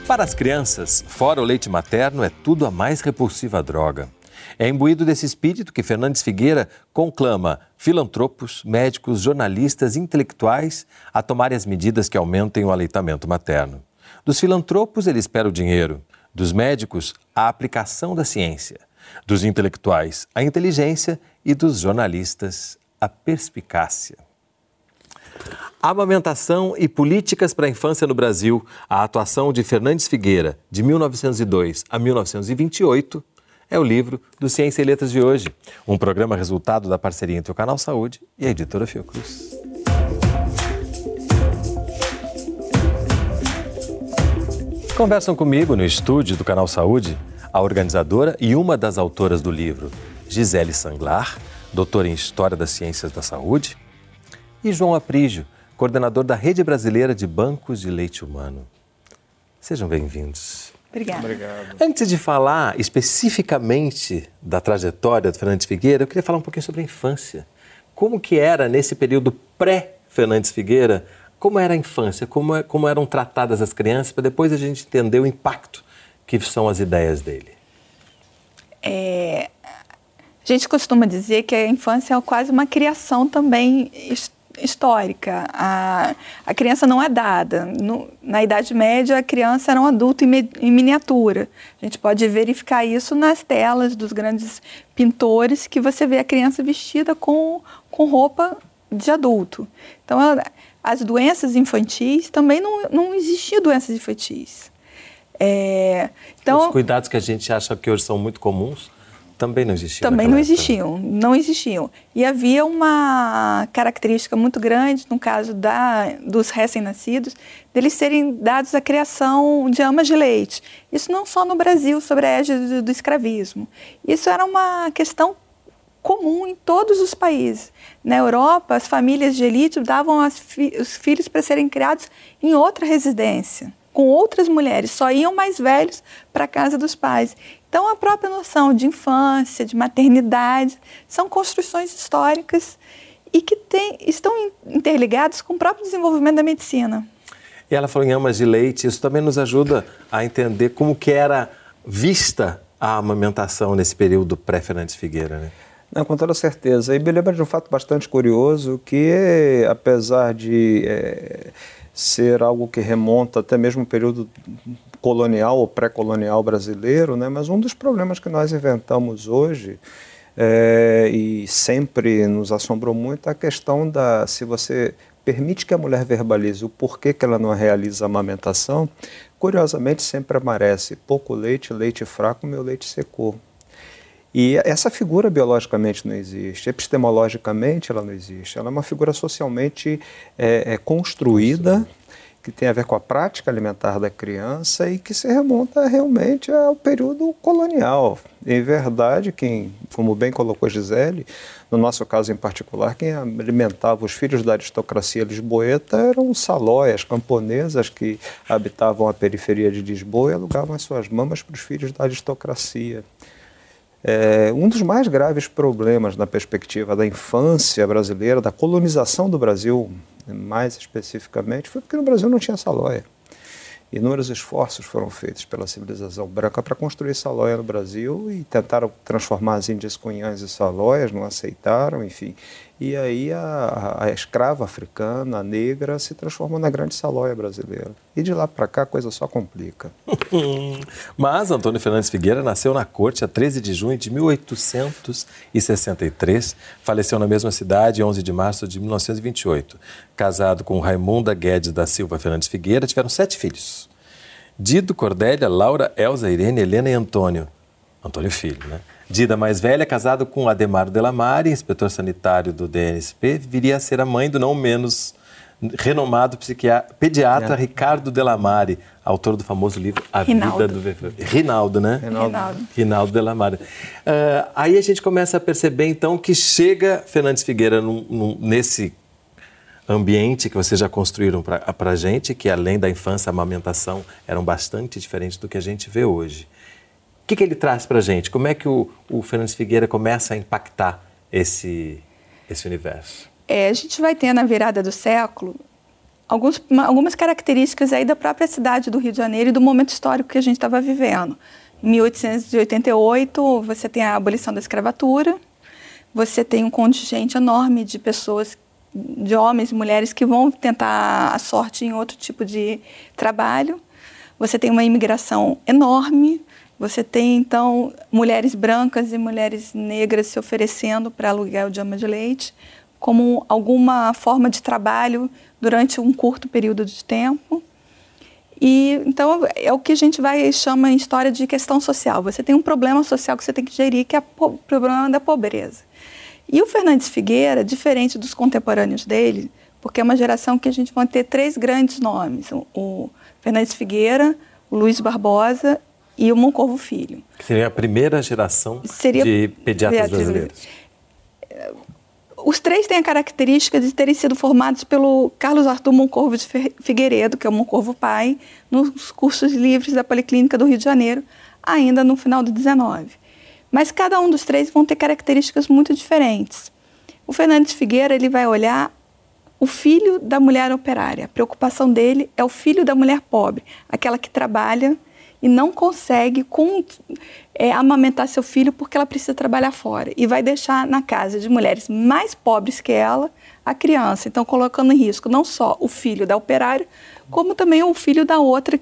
Para as crianças, fora o leite materno, é tudo a mais repulsiva droga. É imbuído desse espírito que Fernandes Figueira conclama filantropos, médicos, jornalistas, intelectuais a tomarem as medidas que aumentem o aleitamento materno. Dos filantropos, ele espera o dinheiro. Dos médicos, a aplicação da ciência. Dos intelectuais, a inteligência e dos jornalistas, a perspicácia. Amamentação e políticas para a infância no Brasil, a atuação de Fernandes Figueira, de 1902 a 1928, é o livro do Ciência e Letras de hoje. Um programa resultado da parceria entre o Canal Saúde e a editora Fiocruz. Conversam comigo no estúdio do Canal Saúde a organizadora e uma das autoras do livro, Gisele Sanglar, doutora em História das Ciências da Saúde, e João Aprígio, coordenador da Rede Brasileira de Bancos de Leite Humano. Sejam bem-vindos. Obrigada. Obrigado. Antes de falar especificamente da trajetória do Fernandes Figueira, eu queria falar um pouquinho sobre a infância. Como que era nesse período pré-Fernandes Figueira, como era a infância, como eram tratadas as crianças, para depois a gente entender o impacto que são as ideias dele. A gente costuma dizer que a infância é quase uma criação também histórica. A criança não é dada. Na Idade Média, a criança era um adulto em miniatura. A gente pode verificar isso nas telas dos grandes pintores, que você vê a criança vestida com roupa de adulto. Então, as doenças infantis, também não existiam doenças infantis. Os cuidados que a gente acha que hoje são muito comuns, também não existiam. Também não existiam. E havia uma característica muito grande, no caso dos recém-nascidos, deles serem dados à criação de amas de leite. Isso não só no Brasil, sobre a égide do escravismo. Isso era uma questão comum em todos os países. Na Europa, as famílias de elite davam os filhos para serem criados em outra residência, com outras mulheres, só iam mais velhos para a casa dos pais. Então, a própria noção de infância, de maternidade, são construções históricas e que estão interligadas com o próprio desenvolvimento da medicina. E ela falou em amas de leite, isso também nos ajuda a entender como que era vista a amamentação nesse período pré-Fernandes Figueira, né? Não, com toda certeza. E me lembra de um fato bastante curioso que, apesar de ser algo que remonta até mesmo ao período colonial ou pré-colonial brasileiro, né? Mas um dos problemas que nós inventamos hoje e sempre nos assombrou muito é a questão se você permite que a mulher verbalize o porquê que ela não realiza a amamentação, curiosamente sempre aparece pouco leite, leite fraco, meu leite secou. E essa figura biologicamente não existe, epistemologicamente ela não existe, ela é uma figura socialmente construída, que tem a ver com a prática alimentar da criança e que se remonta realmente ao período colonial. Em verdade, como bem colocou Gisele, no nosso caso em particular, quem alimentava os filhos da aristocracia lisboeta eram salóias camponesas que habitavam a periferia de Lisboa e alugavam as suas mamas para os filhos da aristocracia. Um dos mais graves problemas na perspectiva da infância brasileira, da colonização do Brasil, mais especificamente, foi porque no Brasil não tinha salóia. Inúmeros esforços foram feitos pela civilização branca para construir salóia no Brasil e tentaram transformar as índias cunhãs em salóias, não aceitaram, enfim. E aí a escrava africana, a negra, se transformou na grande salóia brasileira. E de lá para cá a coisa só complica. Mas Antônio Fernandes Figueira nasceu na corte a 13 de junho de 1863, faleceu na mesma cidade 11 de março de 1928. Casado com Raimunda Guedes da Silva Fernandes Figueira, tiveram 7 filhos. Dido, Cordélia, Laura, Elza, Irene, Helena e Antônio. Antônio Filho, né? Dida, mais velha, casado com Ademaro Delamare, inspetor sanitário do DNSP, viria a ser a mãe do não menos renomado pediatra Ricardo Delamare, autor do famoso livro A Vida do Bebê. Rinaldo, né? Rinaldo Delamare. Aí a gente começa a perceber, então, que chega Fernandes Figueira nesse ambiente que vocês já construíram para a gente, que além da infância, a amamentação eram bastante diferentes do que a gente vê hoje. O que ele traz para a gente? Como é que o Fernandes Figueira começa a impactar esse universo? A gente vai ter na virada do século algumas características aí da própria cidade do Rio de Janeiro e do momento histórico que a gente estava vivendo. Em 1888, você tem a abolição da escravatura, você tem um contingente enorme de pessoas, de homens e mulheres que vão tentar a sorte em outro tipo de trabalho. Você tem uma imigração enorme, você tem, então, mulheres brancas e mulheres negras se oferecendo para aluguel de ama de leite como alguma forma de trabalho durante um curto período de tempo. E, então, é o que a gente chama em história de questão social. Você tem um problema social que você tem que gerir, que é o problema da pobreza. E o Fernandes Figueira, diferente dos contemporâneos dele, porque é uma geração que a gente vai ter 3 grandes nomes, o Fernandes Figueira, o Luiz Barbosa e o Moncorvo Filho. Seria a primeira geração de pediatras brasileiros. Os 3 têm a característica de terem sido formados pelo Carlos Arthur Moncorvo de Figueiredo, que é o Moncorvo pai, nos cursos livres da Policlínica do Rio de Janeiro, ainda no final do 19. Mas cada um dos 3 vão ter características muito diferentes. O Fernandes Figueira, ele vai olhar o filho da mulher operária. A preocupação dele é o filho da mulher pobre, aquela que trabalha e não consegue amamentar seu filho porque ela precisa trabalhar fora. E vai deixar na casa de mulheres mais pobres que ela a criança. Então, colocando em risco não só o filho da operária, como também o filho da outra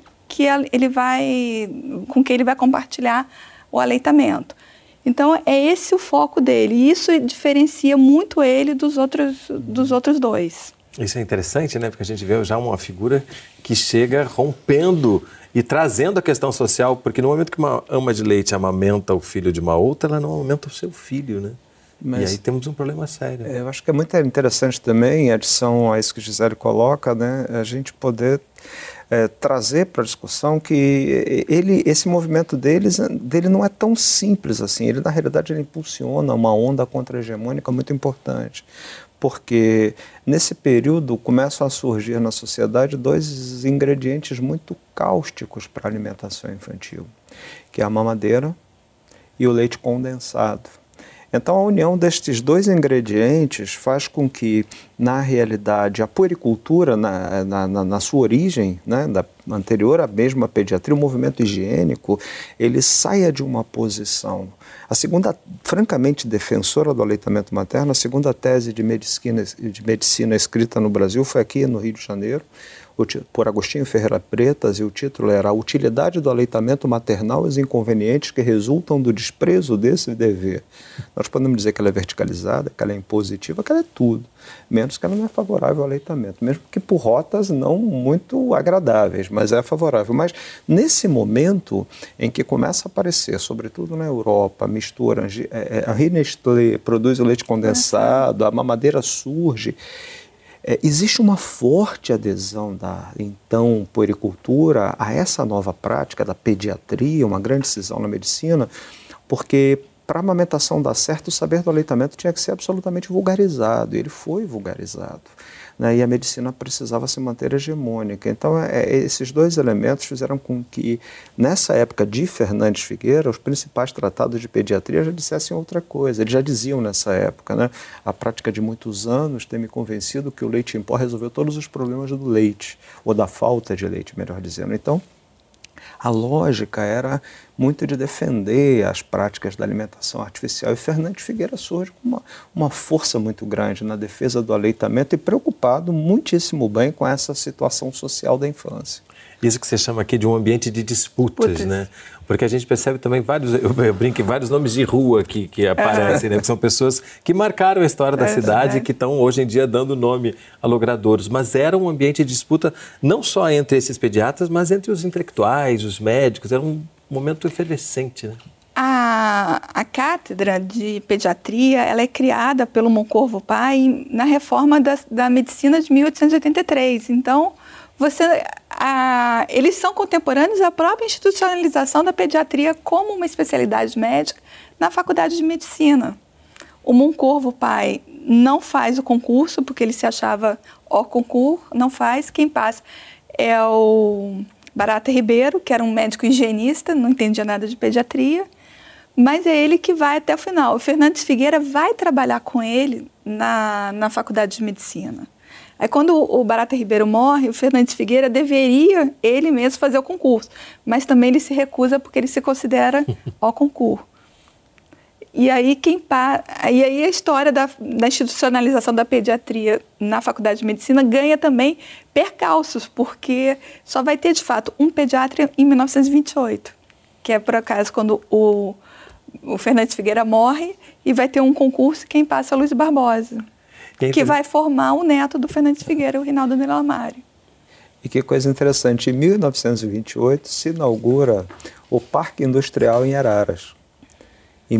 com quem ele vai compartilhar o aleitamento. Então, é esse o foco dele. E isso diferencia muito ele dos outros 2. Isso é interessante, né? Porque a gente vê já uma figura que chega rompendo e trazendo a questão social, porque no momento que uma ama de leite amamenta o filho de uma outra, ela não amamenta o seu filho, né? Mas, e aí temos um problema sério. Eu acho que é muito interessante também, em adição a isso que Gisele coloca, né? A gente poder trazer para a discussão que esse movimento dele não é tão simples assim. Ele, na realidade, ele impulsiona uma onda contra-hegemônica muito importante. Porque nesse período começam a surgir na sociedade 2 ingredientes muito cáusticos para a alimentação infantil, que é a mamadeira e o leite condensado. Então, a união destes 2 ingredientes faz com que, na realidade, a puericultura, na sua origem, né, anterior à mesma pediatria, o movimento higiênico, ele saia de uma posição. A segunda, francamente defensora do aleitamento materno, a segunda tese de medicina escrita no Brasil foi aqui no Rio de Janeiro, por Agostinho Ferreira Pretas, e o título era A Utilidade do Aleitamento Maternal e os Inconvenientes que Resultam do Desprezo desse Dever. Nós podemos dizer que ela é verticalizada, que ela é impositiva, que ela é tudo, menos que ela não é favorável ao aleitamento, mesmo que por rotas não muito agradáveis, mas é favorável. Mas nesse momento em que começa a aparecer, sobretudo na Europa, a mistura, a Nestlé produz o leite condensado, a mamadeira surge, existe uma forte adesão da, então, puericultura a essa nova prática da pediatria, uma grande cisão na medicina, porque para a amamentação dar certo, o saber do aleitamento tinha que ser absolutamente vulgarizado, e ele foi vulgarizado, né? E a medicina precisava se manter hegemônica. Então, esses 2 elementos fizeram com que, nessa época de Fernandes Figueira, os principais tratados de pediatria já dissessem outra coisa. Eles já diziam nessa época, né? A prática de muitos anos tem me convencido que o leite em pó resolveu todos os problemas do leite, ou da falta de leite, melhor dizendo. Então, a lógica era muito de defender as práticas da alimentação artificial, e Fernandes Figueira surge com uma força muito grande na defesa do aleitamento e preocupado muitíssimo bem com essa situação social da infância. Isso que você chama aqui de um ambiente de disputas, né? Porque a gente percebe também eu brinco, vários nomes de rua que aparecem, né? Que são pessoas que marcaram a história da cidade e que estão hoje em dia dando nome a logradouros. Mas era um ambiente de disputa não só entre esses pediatras, mas entre os intelectuais, os médicos. Era um momento efervescente, né? A cátedra de pediatria, ela é criada pelo Moncorvo pai na reforma da medicina de 1883. Então, eles são contemporâneos à própria institucionalização da pediatria como uma especialidade médica na faculdade de medicina. O Moncorvo pai não faz o concurso, porque ele se achava hors concours, não faz. Quem passa é o Barata Ribeiro, que era um médico higienista, não entendia nada de pediatria, mas é ele que vai até o final. O Fernandes Figueira vai trabalhar com ele na faculdade de medicina. Aí, quando o Barata Ribeiro morre, o Fernandes Figueira deveria ele mesmo fazer o concurso, mas também ele se recusa porque ele se considera ao concurso. E aí, aí a história da institucionalização da pediatria na Faculdade de Medicina ganha também percalços, porque só vai ter, de fato, um pediatra em 1928, que é, por acaso, quando o Fernandes Figueira morre, e vai ter um concurso, quem passa é Luiz Barbosa, que vai formar o neto do Fernandes Figueira, o Rinaldo Milamari. E que coisa interessante, em 1928 se inaugura o Parque Industrial em Araras. Em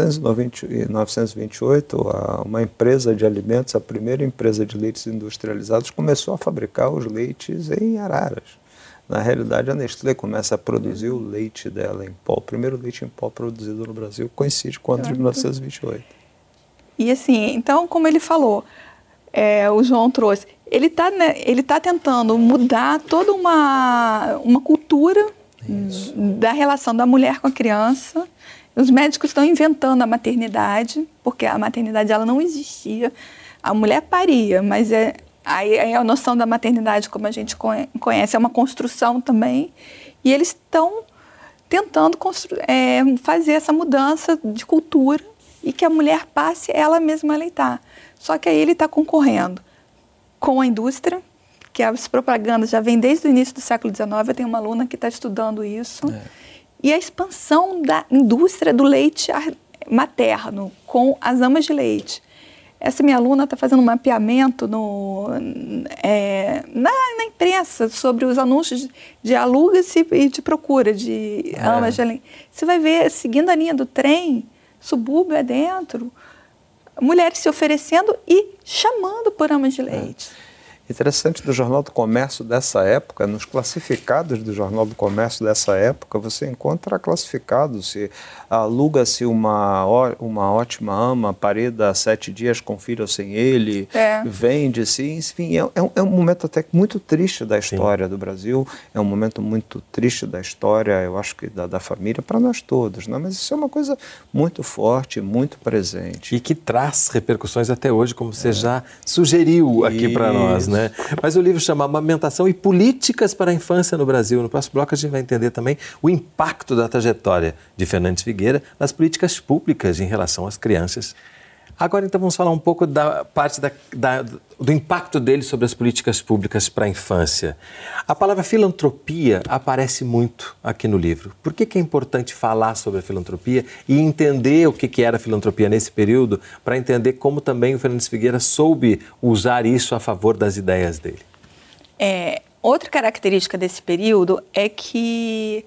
1928, uma empresa de alimentos, a primeira empresa de leites industrializados, começou a fabricar os leites em Araras. Na realidade, a Nestlé começa a produzir o leite dela em pó. O primeiro leite em pó produzido no Brasil coincide com o ano de 1928. E assim, então, como ele falou, o João trouxe, ele tá tentando mudar toda uma cultura da relação da mulher com a criança. Os médicos estão inventando a maternidade, porque a maternidade ela não existia. A mulher paria, mas a noção da maternidade, como a gente conhece, é uma construção também. E eles estão tentando fazer essa mudança de cultura e que a mulher passe ela mesma a aleitar. Só que aí ele está concorrendo com a indústria, que as propagandas já vêm desde o início do século XIX. Eu tenho uma aluna que está estudando isso. E a expansão da indústria do leite materno com as amas de leite. Essa minha aluna está fazendo um mapeamento na imprensa sobre os anúncios de aluga-se e de procura de amas de leite. Você vai ver, seguindo a linha do trem, subúrbio adentro, mulheres se oferecendo e chamando por amas de leite. Interessante do Jornal do Comércio dessa época, nos classificados do Jornal do Comércio dessa época, você encontra classificados, se aluga-se uma ótima ama, parida 7 dias com filho ou sem ele, vende-se, enfim, é um momento até muito triste da história do Brasil, é um momento muito triste da história, eu acho que da família, para nós todos, né? Mas isso é uma coisa muito forte, muito presente. E que traz repercussões até hoje, como você já sugeriu aqui para nós, né? Mas o livro chama Amamentação e Políticas para a Infância no Brasil. No próximo bloco a gente vai entender também o impacto da trajetória de Fernandes Figueira nas políticas públicas em relação às crianças. Agora, então, vamos falar um pouco da parte do impacto dele sobre as políticas públicas para a infância. A palavra filantropia aparece muito aqui no livro. Por que é importante falar sobre a filantropia e entender o que era a filantropia nesse período, para entender como também o Fernandes Figueira soube usar isso a favor das ideias dele? Outra característica desse período é que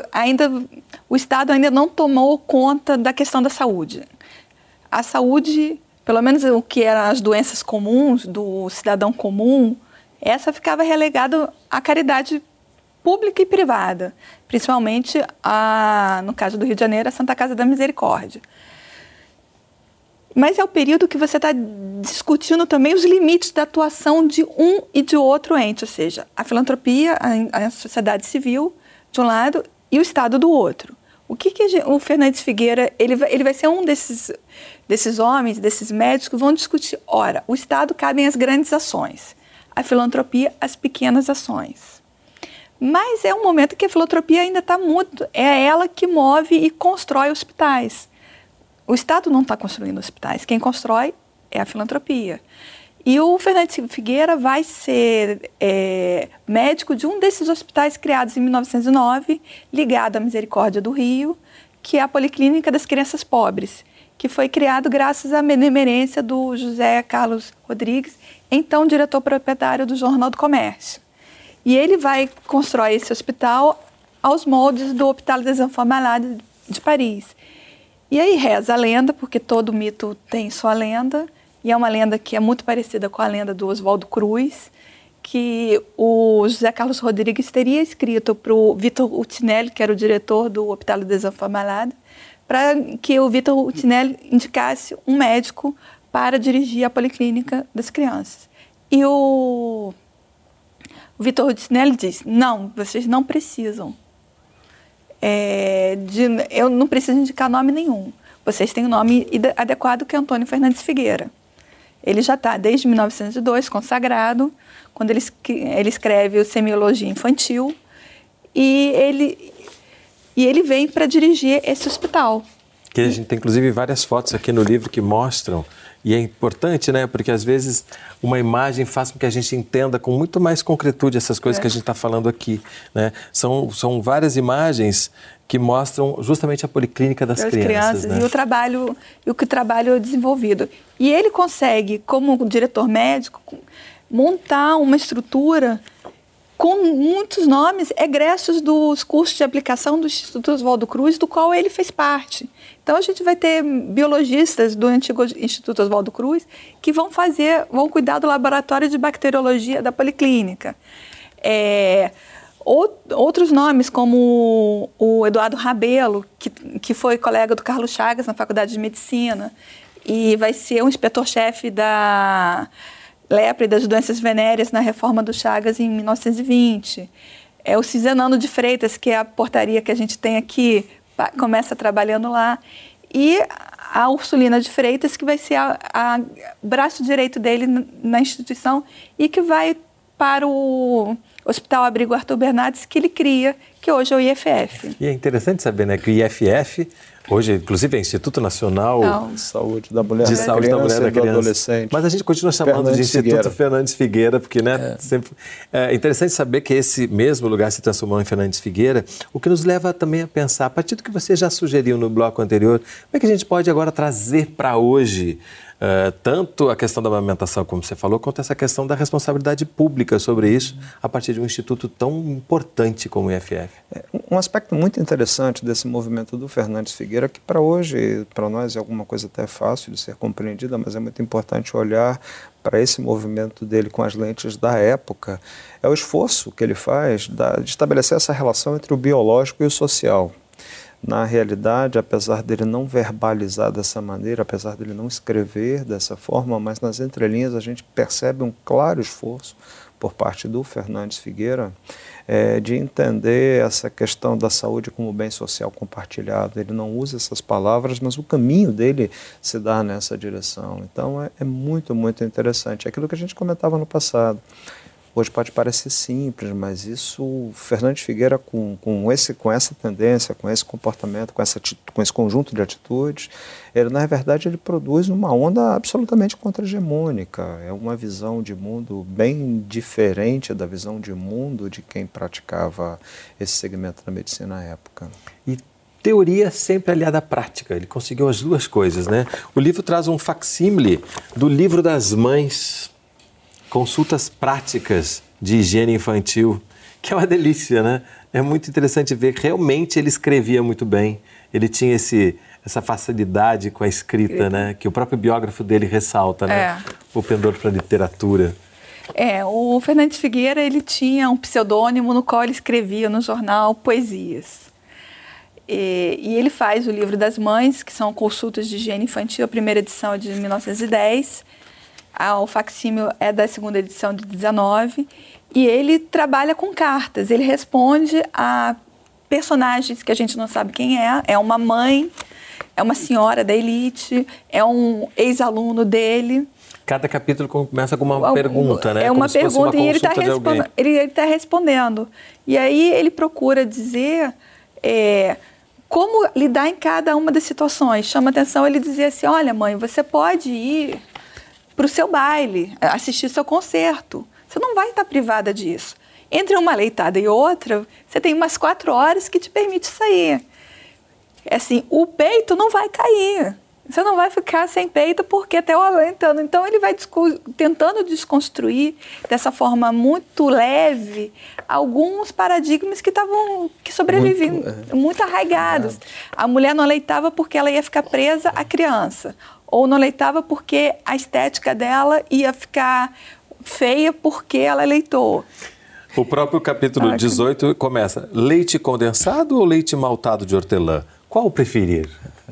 o Estado ainda não tomou conta da questão da saúde. A saúde, pelo menos o que eram as doenças comuns do cidadão comum, essa ficava relegada à caridade pública e privada, principalmente, no caso do Rio de Janeiro, a Santa Casa da Misericórdia. Mas é o período que você está discutindo também os limites da atuação de um e de outro ente, ou seja, a filantropia, a sociedade civil, de um lado, e o Estado do outro. O que o Fernandes Figueira, ele vai ser um desses homens, desses médicos que vão discutir, ora, o Estado cabem as grandes ações, a filantropia, as pequenas ações. Mas é um momento que a filantropia ainda está muito, é ela que move e constrói hospitais. O Estado não está construindo hospitais, quem constrói é a filantropia. E o Fernandes Figueira vai ser médico de um desses hospitais criados em 1909, ligado à Misericórdia do Rio, que é a Policlínica das Crianças Pobres, que foi criado graças à benemerência do José Carlos Rodrigues, então diretor proprietário do Jornal do Comércio. E ele vai constrói esse hospital aos moldes do Hôpital des Enfants Malades de Paris. E aí reza a lenda, porque todo mito tem sua lenda, e é uma lenda que é muito parecida com a lenda do Oswaldo Cruz, que o José Carlos Rodrigues teria escrito para o Vitor Utinelli, que era o diretor do Hôpital des Enfants Malades, para que o Vitor Utinelli indicasse um médico para dirigir a Policlínica das Crianças. E o Vitor Utinelli disse, não, vocês não precisam. Eu não preciso indicar nome nenhum. Vocês têm o nome adequado, que é Antônio Fernandes Figueira. Ele já está, desde 1902, consagrado, quando ele escreve o Semiologia Infantil, e ele vem para dirigir esse hospital. Que a gente tem, inclusive, várias fotos aqui no livro que mostram, e é importante, né? Porque, às vezes, uma imagem faz com que a gente entenda com muito mais concretude essas coisas que a gente está falando aqui, né? São várias imagens que mostram justamente a policlínica das crianças, né? E o que o trabalho é desenvolvido. E ele consegue, como diretor médico, montar uma estrutura com muitos nomes egressos dos cursos de aplicação do Instituto Oswaldo Cruz, do qual ele fez parte. Então, a gente vai ter biologistas do antigo Instituto Oswaldo Cruz que vão cuidar do laboratório de bacteriologia da policlínica. Outros nomes, como o Eduardo Rabelo, que foi colega do Carlos Chagas na Faculdade de Medicina e vai ser o inspetor-chefe da lepra e das doenças venéreas na reforma do Chagas em 1920. O Cisenano de Freitas, que é a portaria que a gente tem aqui, começa trabalhando lá. E a Ursulina de Freitas, que vai ser o braço direito dele na instituição e que vai para o Hospital Abrigo Arthur Bernardes, que ele cria, que hoje é o IFF. E é interessante saber, né, que o IFF, hoje, inclusive, é Instituto Nacional de Saúde da Mulher, da Criança e do Adolescente. Mas a gente continua chamando de Instituto Fernandes Figueira, porque, né, sempre é interessante saber que esse mesmo lugar se transformou em Fernandes Figueira, o que nos leva também a pensar, a partir do que você já sugeriu no bloco anterior, como é que a gente pode agora trazer para hoje tanto a questão da amamentação, como você falou, quanto essa questão da responsabilidade pública sobre isso, a partir de um instituto tão importante como o IFF. Um aspecto muito interessante desse movimento do Fernandes Figueira, que para hoje, para nós é alguma coisa até fácil de ser compreendida, mas é muito importante olhar para esse movimento dele com as lentes da época, é o esforço que ele faz de estabelecer essa relação entre o biológico e o social. Na realidade, apesar dele não verbalizar dessa maneira, apesar dele não escrever dessa forma, mas nas entrelinhas a gente percebe um claro esforço por parte do Fernandes Figueira de entender essa questão da saúde como bem social compartilhado. Ele não usa essas palavras, mas o caminho dele se dá nessa direção. Então é muito, muito interessante. É aquilo que a gente comentava no passado. Hoje pode parecer simples, mas isso, Fernandes Figueira, com essa tendência, com esse comportamento, com esse conjunto de atitudes, na verdade, ele produz uma onda absolutamente contra-hegemônica. É uma visão de mundo bem diferente da visão de mundo de quem praticava esse segmento da medicina na época. E teoria sempre aliada à prática, ele conseguiu as duas coisas, né? O livro traz um facsímile do Livro das Mães, Consultas Práticas de Higiene Infantil, que é uma delícia, né? É muito interessante ver, realmente ele escrevia muito bem, ele tinha essa facilidade com a escrita, né? Que o próprio biógrafo dele ressalta, né? O pendor para a literatura. O Fernandes Figueira, ele tinha um pseudônimo no qual ele escrevia no jornal poesias. E ele faz o Livro das Mães, que são consultas de higiene infantil, a primeira edição é de 1910, o facsímile é da segunda edição de 19, e ele trabalha com cartas, ele responde a personagens que a gente não sabe quem é uma mãe, é uma senhora da elite, é um ex-aluno dele. Cada capítulo começa com uma pergunta, né? É uma pergunta e ele está respondendo. E aí ele procura dizer como lidar em cada uma das situações. Chama atenção ele dizer assim, olha mãe, você pode ir para o seu baile, assistir seu concerto. Você não vai estar privada disso. Entre uma leitada e outra, você tem umas 4 horas que te permite sair. Assim, o peito não vai cair. Você não vai ficar sem peito porque até aumentando. Então, ele vai tentando desconstruir dessa forma muito leve alguns paradigmas que sobreviviam, muito arraigados. A mulher não leitava porque ela ia ficar presa à criança. Ou não leitava porque a estética dela ia ficar feia porque ela leitou. O próprio capítulo 18 começa, leite condensado ou leite maltado de hortelã? Qual preferir?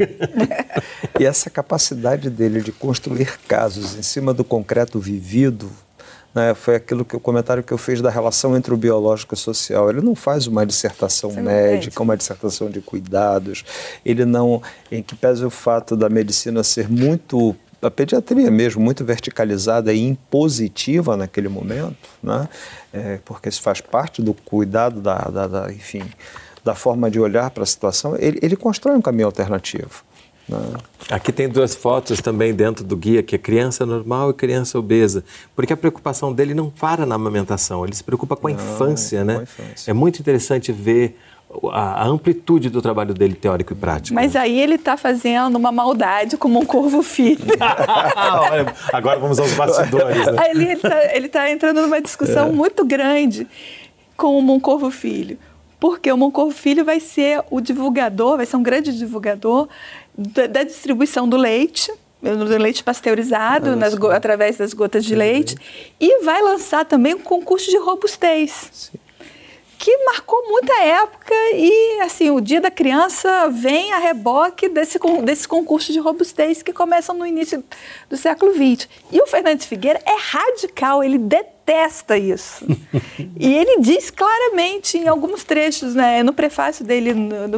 E essa capacidade dele de construir casos em cima do concreto vivido, né, foi o comentário que eu fiz da relação entre o biológico e o social. Ele não faz uma dissertação médica, uma dissertação de cuidados. Ele não, em que pese o fato da medicina ser muito a pediatria mesmo, muito verticalizada e impositiva naquele momento, né? Porque isso faz parte do cuidado enfim, da forma de olhar para a situação, ele constrói um caminho alternativo. Né? Aqui tem 2 fotos também dentro do guia, que é criança normal e criança obesa, porque a preocupação dele não para na amamentação, ele se preocupa com a infância, né? Com a infância. É muito interessante ver a amplitude do trabalho dele, teórico e prático. Mas aí ele está fazendo uma maldade como um corvo filho. Olha, agora vamos aos bastidores. Né? Aí ele tá entrando numa discussão muito grande com o Moncorvo Filho. Porque o Moncorvo Filho vai ser o divulgador, vai ser um grande divulgador da distribuição do leite pasteurizado através das gotas de leite, e vai lançar também um concurso de robustez. Sim. Que marcou muita época e, assim, o Dia da Criança vem a reboque desse concurso de robustez que começam no início do século XX. E o Fernandes Figueira é radical, ele detesta isso. E ele diz claramente em alguns trechos, né, no prefácio dele,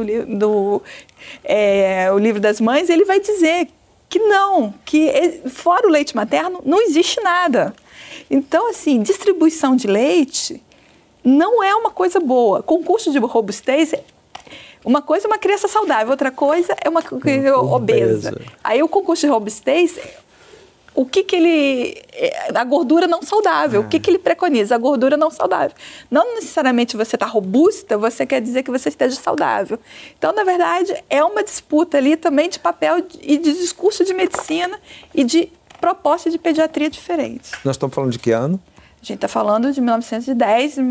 o Livro das Mães, ele vai dizer que não, que fora o leite materno não existe nada. Então, assim, distribuição de leite não é uma coisa boa. Concurso de robustez, uma coisa é uma criança saudável, outra coisa é uma obesa. Aí o concurso de robustez, o que ele... A gordura não saudável, o que ele preconiza? A gordura não saudável. Não necessariamente você está robusta, você quer dizer que você esteja saudável. Então, na verdade, é uma disputa ali também de papel e de discurso de medicina e de proposta de pediatria diferentes. Nós estamos falando de que ano? A gente está falando de 1910 e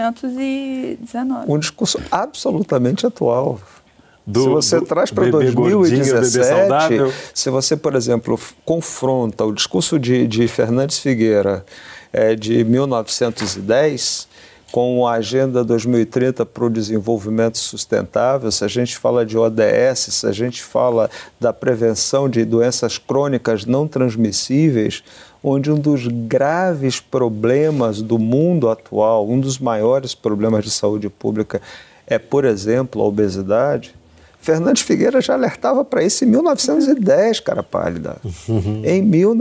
1919. Um discurso absolutamente atual. Se você traz para 2017, se você, por exemplo, confronta o discurso de Fernandes Figueira de 1910 com a Agenda 2030 para o Desenvolvimento Sustentável, se a gente fala de ODS, se a gente fala da prevenção de doenças crônicas não transmissíveis, onde um dos graves problemas do mundo atual, um dos maiores problemas de saúde pública é, por exemplo, a obesidade, Fernandes Figueira já alertava para isso em 1910, cara pálida. Em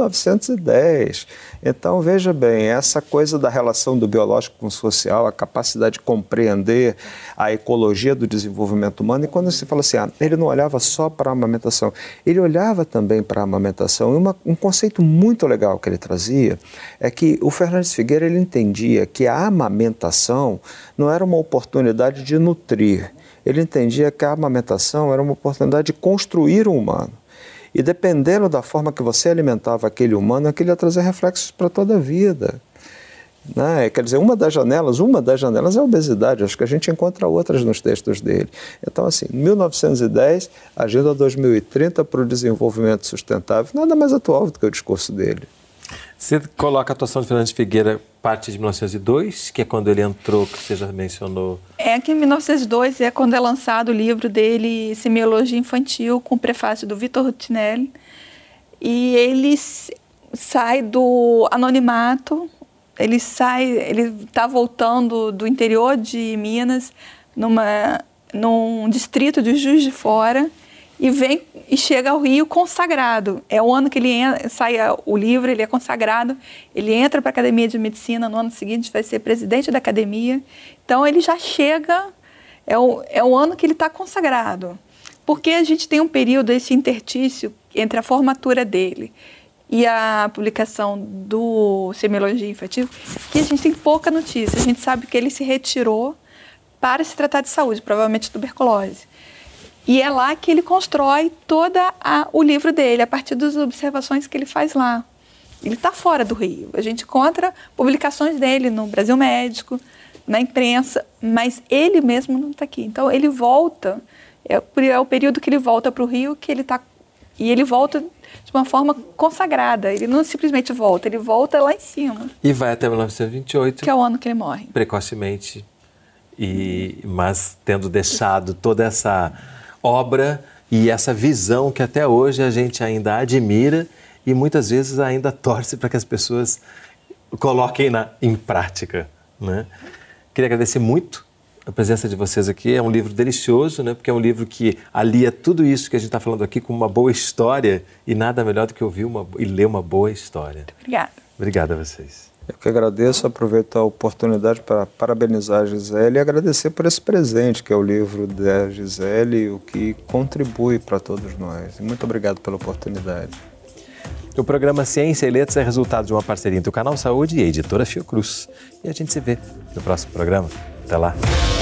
1910. Então, veja bem, essa coisa da relação do biológico com o social, a capacidade de compreender a ecologia do desenvolvimento humano, e quando se fala assim, ele não olhava só para a amamentação, ele olhava também para a amamentação. E um conceito muito legal que ele trazia é que o Fernandes Figueira ele entendia que a amamentação não era uma oportunidade de nutrir. Ele entendia que a amamentação era uma oportunidade de construir um humano. E dependendo da forma que você alimentava aquele humano, aquilo ia trazer reflexos para toda a vida. Né? Quer dizer, uma das janelas é a obesidade. Acho que a gente encontra outras nos textos dele. Então, assim, 1910, Agenda 2030 para o Desenvolvimento Sustentável, nada mais atual do que o discurso dele. Você coloca a atuação de Fernandes Figueira parte de 1902, que é quando ele entrou, que você já mencionou. É que em 1902 é quando é lançado o livro dele, Semiologia Infantil, com o prefácio do Vitor Rutinelli. E ele sai do anonimato, ele está voltando do interior de Minas, num distrito de Juiz de Fora, e chega ao Rio consagrado. É o ano que ele sai o livro, ele é consagrado, ele entra para a Academia de Medicina, no ano seguinte vai ser presidente da academia. Então ele já chega, é o ano que ele está consagrado. Porque a gente tem um período, esse intertício, entre a formatura dele e a publicação do Semiologia Infantil, que a gente tem pouca notícia. A gente sabe que ele se retirou para se tratar de saúde, provavelmente tuberculose. E é lá que ele constrói todo o livro dele, a partir das observações que ele faz lá. Ele está fora do Rio. A gente encontra publicações dele no Brasil Médico, na imprensa, mas ele mesmo não está aqui. Então, ele volta, é o período que ele volta para o Rio, que ele está... E ele volta de uma forma consagrada. Ele não simplesmente volta, ele volta lá em cima. E vai até 1928. Que é o ano que ele morre. Precocemente. Mas tendo deixado toda essa obra e essa visão que até hoje a gente ainda admira e muitas vezes ainda torce para que as pessoas coloquem em prática, né? Queria agradecer muito, A presença de vocês aqui é um livro delicioso, né? Porque é um livro que alia tudo isso que a gente está falando aqui com uma boa história e nada melhor do que ouvir e ler uma boa história. Muito obrigada. Obrigado a vocês. Eu que agradeço, aproveito a oportunidade para parabenizar a Gisele e agradecer por esse presente que é o livro da Gisele, o que contribui para todos nós. E muito obrigado pela oportunidade. O programa Ciência e Letras é resultado de uma parceria entre o Canal Saúde e a editora Fiocruz. E a gente se vê no próximo programa. Até lá.